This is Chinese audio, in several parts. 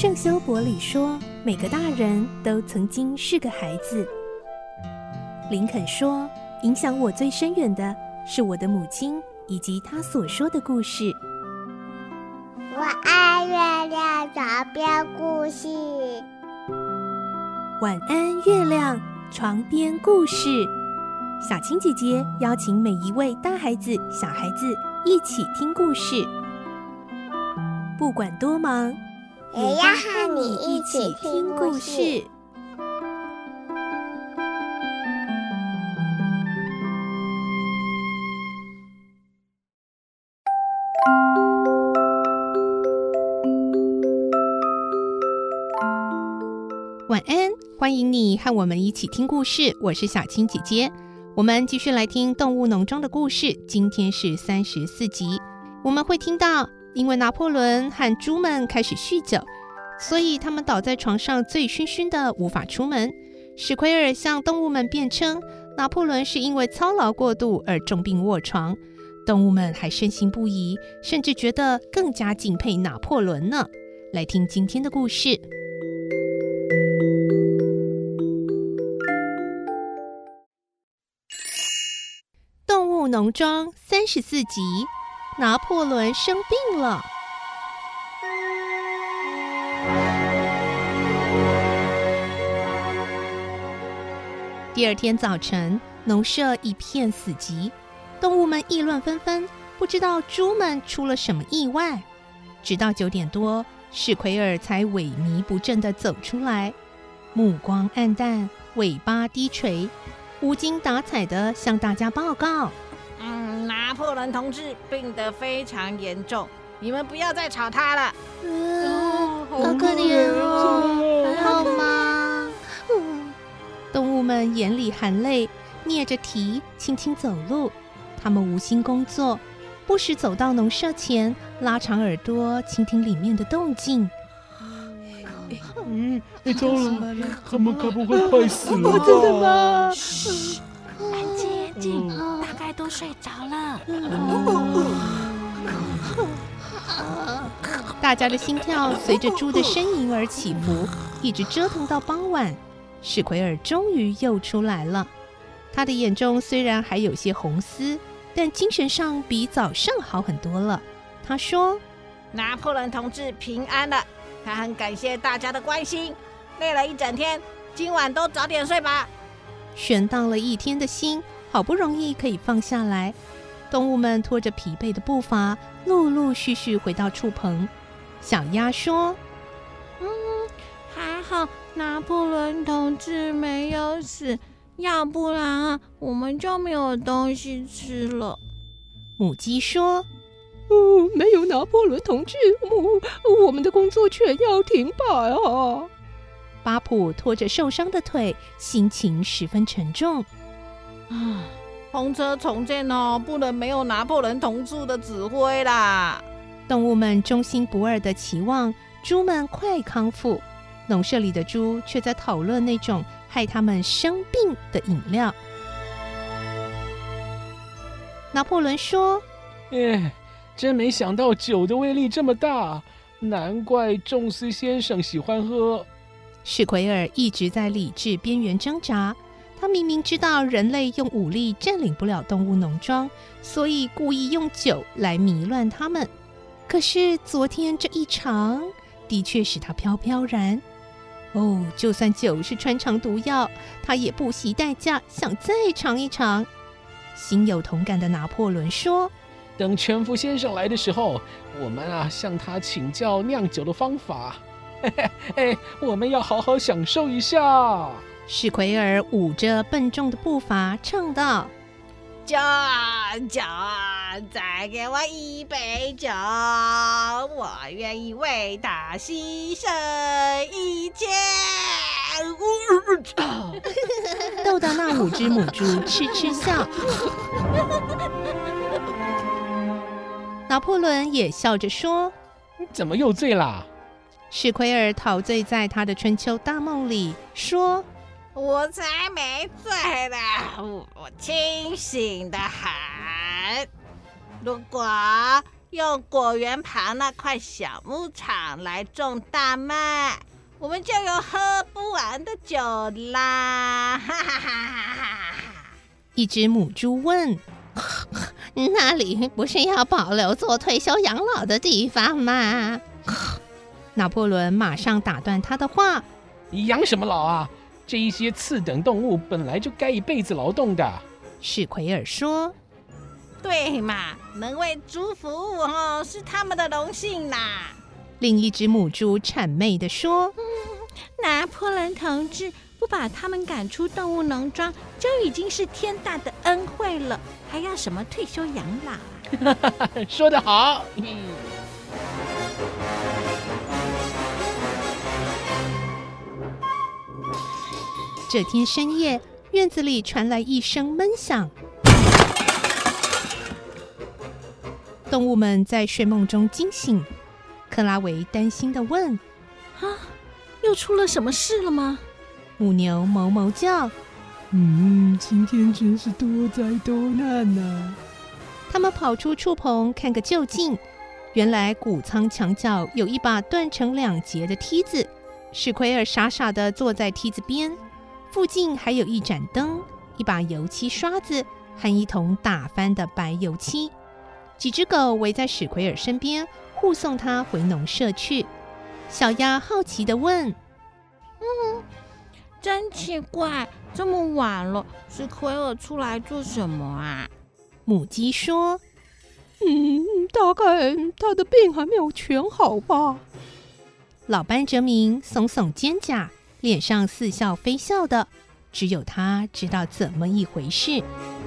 圣修伯里说，每个大人都曾经是个孩子。林肯说，影响我最深远的是我的母亲以及她所说的故事。 我爱月亮床边故事。 晚安，月亮，床边故事。小青姐姐邀请每一位大孩子、小孩子一起听故事，不管多忙， 也要和你一起听故事。 晚安，欢迎你和我们一起听故事，我是小青姐姐。我们继续来听动物农庄的故事，今天是34集。我们会听到，因为拿破仑和猪们开始酗酒，所以他们倒在床上醉醺醺的，无法出门。史奎尔向动物们辩称，拿破仑是因为操劳过度而重病卧床。动物们还深信不疑，甚至觉得更加敬佩拿破仑呢。来听今天的故事。动物农庄34集，拿破仑生病了。第二天早晨，农舍一片死寂，动物们议论纷纷，不知道猪们出了什么意外。直到9点多，史奎尔才萎靡不振地走出来，目光暗淡，尾巴低垂，无精打采地向大家报告： 拿破仑同志病得非常严重，你们不要再吵他了。 好可怜哦，还好吗？ 动物们眼里含泪，捏着蹄，轻轻走路。他们无心工作，不时走到农舍前，拉长耳朵倾听里面的动静。 糟了，他们该不会快死了吧？ 真的吗？ 嘘，安静安静，大概都睡着了。 大家的心跳随着猪的呻吟而起伏，一直折腾到傍晚。史奎尔终于又出来了，他的眼中虽然还有些红丝，但精神上比早上好很多了。他说： 拿破仑同志平安了，他很感谢大家的关心，累了一整天，今晚都早点睡吧。 悬荡了一天的心，好不容易可以放下来。动物们拖着疲惫的步伐，陆陆续续回到畜棚。小鸭说： 还好拿破仑同志没有死，要不然我们就没有东西吃了。 母鸡说：没有拿破仑同志，我们的工作全要停摆啊。巴普拖着受伤的腿，心情十分沉重。 红车重建不能没有拿破仑同志的指挥啦。 动物们忠心不二地期望猪们快康复，农舍里的猪却在讨论那种害他们生病的饮料。拿破仑说： 真没想到酒的威力这么大，难怪仲斯先生喜欢喝。 史奎尔一直在理智边缘挣扎，他明明知道人类用武力占领不了动物农庄，所以故意用酒来迷乱他们。可是昨天这一尝，的确使他飘飘然。就算酒是穿肠毒药，他也不惜代价想再尝一尝。心有同感的拿破仑说： 等全福先生来的时候，我们向他请教酿酒的方法。我们要好好享受一下。 史奎尔舞着笨重的步伐唱道： 酒啊酒啊，再给我一杯酒，我愿意为他牺牲一切。 逗得那5只母猪痴痴笑。拿破仑也笑着说： 怎么又醉啦？ 史奎尔陶醉在他的春秋大梦里，说： 我才没醉呢，我清醒的很。如果用果园旁那块小牧场来种大麦，我们就有喝不完的酒啦！哈哈哈哈哈！ 一只母猪问：“那里不是要保留做退休养老的地方吗？”拿破仑马上打断他的话：“ 你养什么老啊？这一些次等动物本来就该一辈子劳动的。” 史奎尔说：“ 对嘛，能为猪服务是他们的荣幸啦。” 另一只母猪谄媚地说：“ 拿破仑同志不把他们赶出动物农庄，就已经是天大的恩惠了，还要什么退休养老啊？” 说得好。 这天深夜，院子里传来一声闷响，动物们在睡梦中惊醒。克拉维担心地问：“ 又出了什么事了吗？” 母牛哞哞叫：“今天真是多灾多难啊！”他们跑出畜棚看个究竟，原来谷仓墙角有一把断成2截的梯子，史奎尔傻傻地坐在梯子边，附近还有一盏灯、一把油漆刷子和一桶打翻的白油漆。几只狗围在史奎尔身边，护送他回农舍去。小鸭好奇地问：“ 真奇怪，这么晚了，史奎尔出来做什么啊？” 母鸡说：“大概他的病还没有全好吧。”老班哲明耸耸肩胛，脸上似笑非笑的，只有他知道怎么一回事。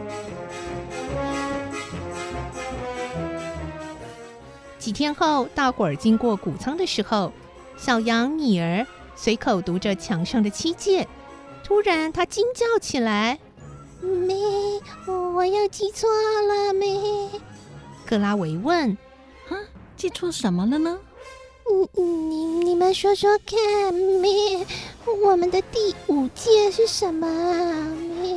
几天后，大伙儿经过谷仓的时候，小羊米儿随口读着墙上的七戒，突然他惊叫起来：“咩，我又记错了咩？”克拉维问：“ 记错什么了呢？” 你们说说看咩？我们的第5戒是什么啊咩？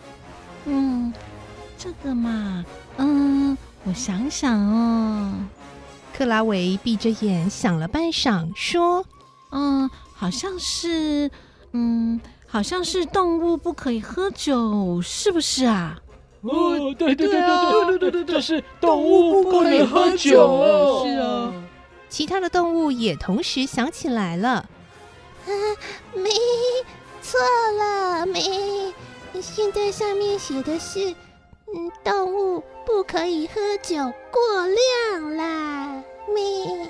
这个嘛，我想想哦。 克拉维闭着眼想了半晌，说：“ 好像是动物不可以喝酒，是不是啊？” 对，这是动物不能喝酒。 是啊。其他的动物也同时想起来了。 没错了，没。现在上面写的是，动物不可以喝酒过量啦，没。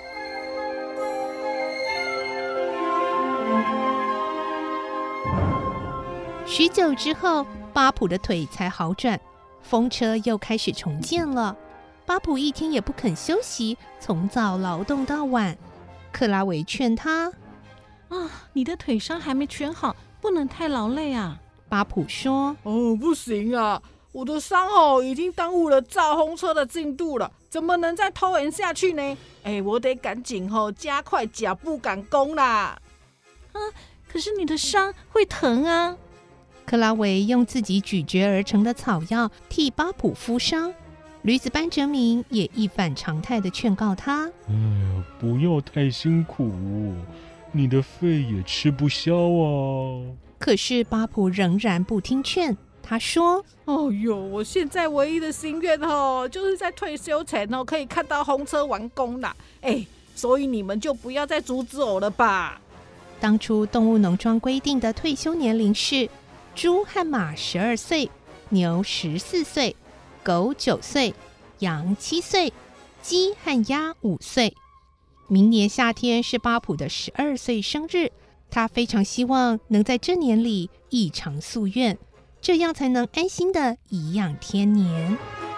许久之后，巴普的腿才好转，风车又开始重建了。巴普一天也不肯休息，从早劳动到晚。克拉维劝他：“ 你的腿伤还没全好，不能太劳累啊。” 巴普说：“ 不行啊，我的伤已经耽误了造红车的进度了，怎么能再拖延下去呢？我得赶紧加快脚步赶工啦。” 可是你的伤会疼啊。 克拉维用自己咀嚼而成的草药替巴普敷伤。驴子班哲明也一反常态地劝告他：“ 不要太辛苦，你的肺也吃不消啊。” 可是巴普仍然不听劝，他说：“ 我现在唯一的心愿就是在退休前可以看到红车完工啦。所以你们就不要再阻止我了吧。” 当初动物农庄规定的退休年龄是：猪和马12岁，牛14岁。狗9岁，羊7岁，鸡和鸭5岁。明年夏天是巴普的12岁生日，他非常希望能在这年里一偿夙愿，这样才能安心的颐养天年。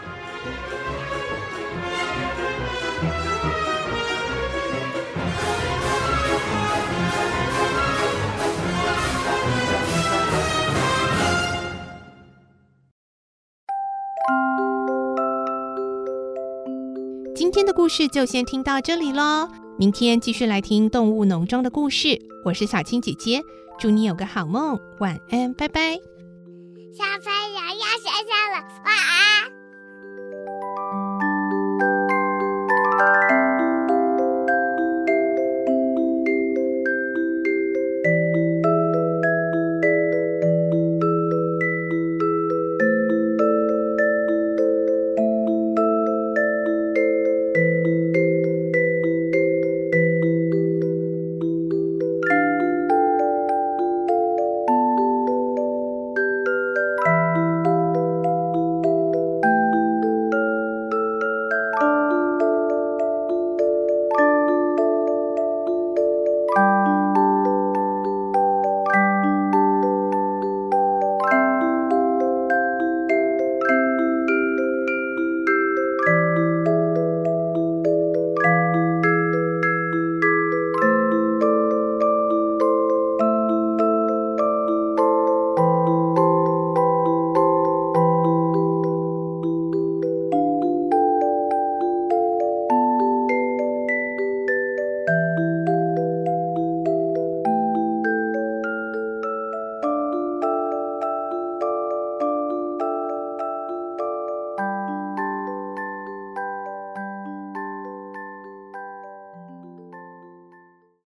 今天的故事就先听到这里咯，明天继续来听动物农庄的故事。我是小青姐姐，祝你有个好梦，晚安，拜拜。 小朋友要睡觉了，晚安。